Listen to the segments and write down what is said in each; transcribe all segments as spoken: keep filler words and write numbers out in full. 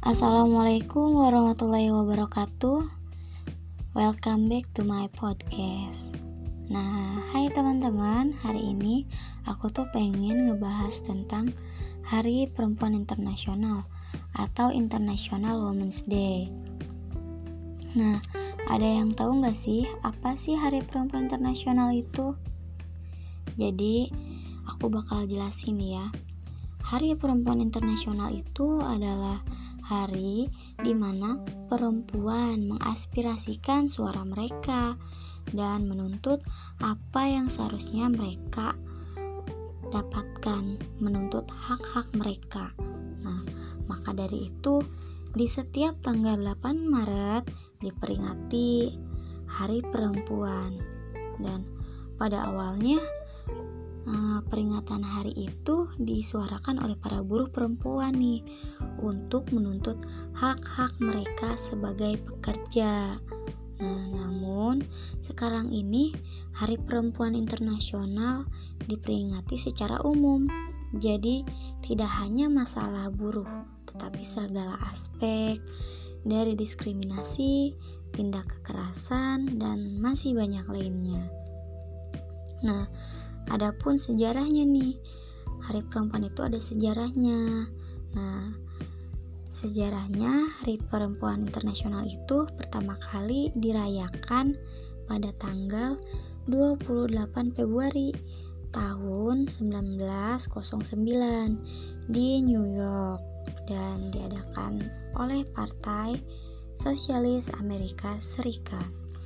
Assalamualaikum warahmatullahi wabarakatuh. Welcome back to my podcast. Nah, hai teman-teman. Hari ini aku tuh pengen ngebahas tentang Hari Perempuan Internasional atau International Women's Day. Nah, ada yang tahu gak sih apa sih Hari Perempuan Internasional itu? Jadi, aku bakal jelasin ya. Hari Perempuan Internasional itu adalah hari di mana perempuan mengaspirasikan suara mereka dan menuntut apa yang seharusnya mereka dapatkan, menuntut hak-hak mereka. Nah, maka dari itu di setiap tanggal delapan Maret diperingati Hari Perempuan. Dan pada awalnya Uh, peringatan hari itu disuarakan oleh para buruh perempuan nih untuk menuntut hak-hak mereka sebagai pekerja. Nah, namun sekarang ini Hari Perempuan Internasional diperingati secara umum. Jadi tidak hanya masalah buruh, tetapi segala aspek dari diskriminasi, tindak kekerasan, dan masih banyak lainnya. Nah, adapun sejarahnya nih, Hari Perempuan itu ada sejarahnya. Nah, sejarahnya Hari Perempuan Internasional itu pertama kali dirayakan pada tanggal dua puluh delapan Februari tahun sembilan belas nol sembilan di New York dan diadakan oleh Partai Sosialis Amerika Serikat.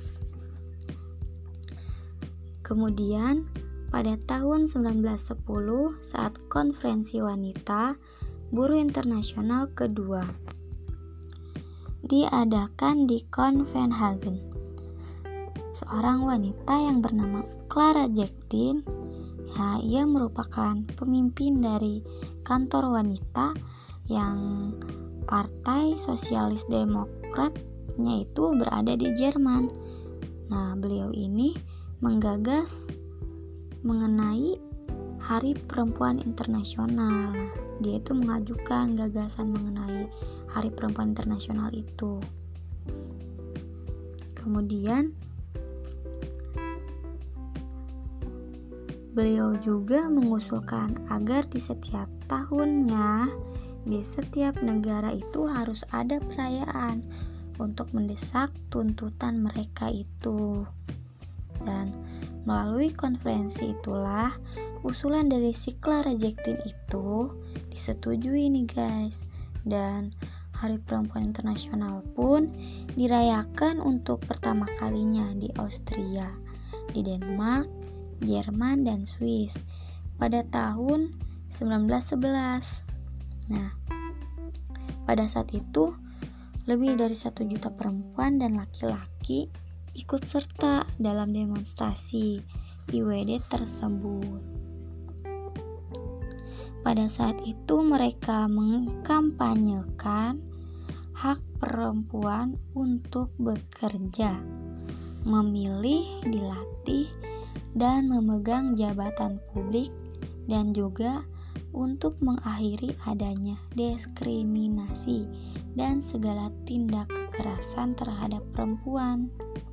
Kemudian pada tahun sembilan belas sepuluh saat Konferensi Wanita Buruh Internasional kedua diadakan di Copenhagen. Seorang wanita yang bernama Clara Zetkin, ya, ia merupakan pemimpin dari kantor wanita yang Partai Sosialis Demokratnya itu berada di Jerman. Nah, beliau ini menggagas mengenai Hari Perempuan Internasional. Dia itu mengajukan gagasan mengenai Hari Perempuan Internasional itu. Kemudian beliau juga mengusulkan agar di setiap tahunnya di setiap negara itu harus ada perayaan untuk mendesak tuntutan mereka itu. Dan melalui konferensi itulah usulan dari si Clara Zetkin itu disetujui nih guys. Dan Hari Perempuan Internasional pun dirayakan untuk pertama kalinya di Austria, di Denmark, Jerman, dan Swiss pada tahun sembilan belas sebelas. Nah, pada saat itu lebih dari satu juta perempuan dan laki-laki ikut serta dalam demonstrasi I W D tersebut. Pada saat itu mereka mengkampanyekan hak perempuan untuk bekerja, memilih, dilatih, dan memegang jabatan publik, dan juga untuk mengakhiri adanya diskriminasi dan segala tindak kekerasan terhadap perempuan.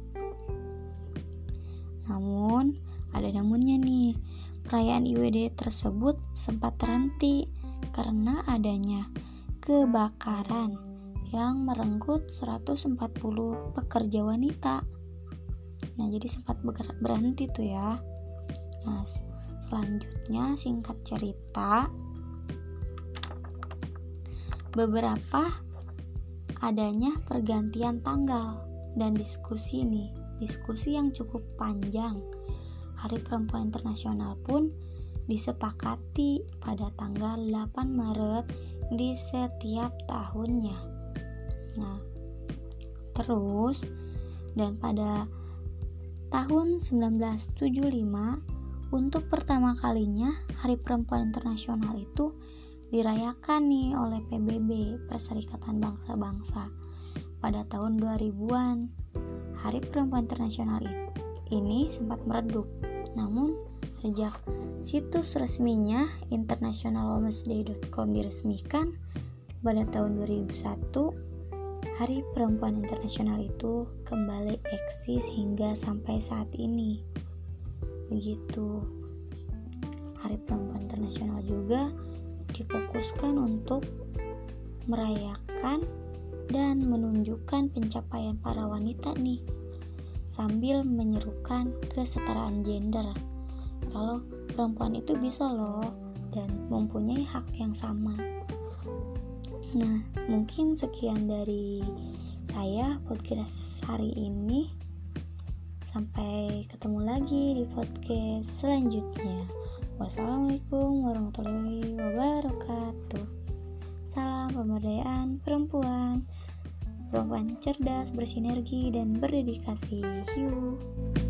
Namun, ada namunnya nih, perayaan I W D tersebut sempat terhenti karena adanya kebakaran yang merenggut seratus empat puluh pekerja wanita. Nah, jadi sempat berhenti tuh ya. Nah, selanjutnya singkat cerita, beberapa adanya pergantian tanggal dan diskusi nih Diskusi yang cukup panjang. Hari Perempuan Internasional pun disepakati pada tanggal delapan Maret di setiap tahunnya. Nah, terus dan pada tahun sembilan belas tujuh puluh lima untuk pertama kalinya Hari Perempuan Internasional itu dirayakan nih oleh P B B, Perserikatan Bangsa-Bangsa, pada tahun dua ribuan. Hari Perempuan Internasional ini sempat meredup, namun sejak situs resminya international women's day dot com diresmikan, pada tahun dua ribu satu, Hari Perempuan Internasional itu kembali eksis hingga sampai saat ini. Begitu. Hari Perempuan Internasional juga difokuskan untuk merayakan dan menunjukkan pencapaian para wanita nih, sambil menyerukan kesetaraan gender. Kalau perempuan itu bisa loh dan mempunyai hak yang sama. Nah, mungkin sekian dari saya podcast hari ini. Sampai ketemu lagi di podcast selanjutnya. Wassalamualaikum warahmatullahi wabarakatuh. Salam pemberdayaan perempuan. Perempuan cerdas, bersinergi, dan berdedikasi. Hiu.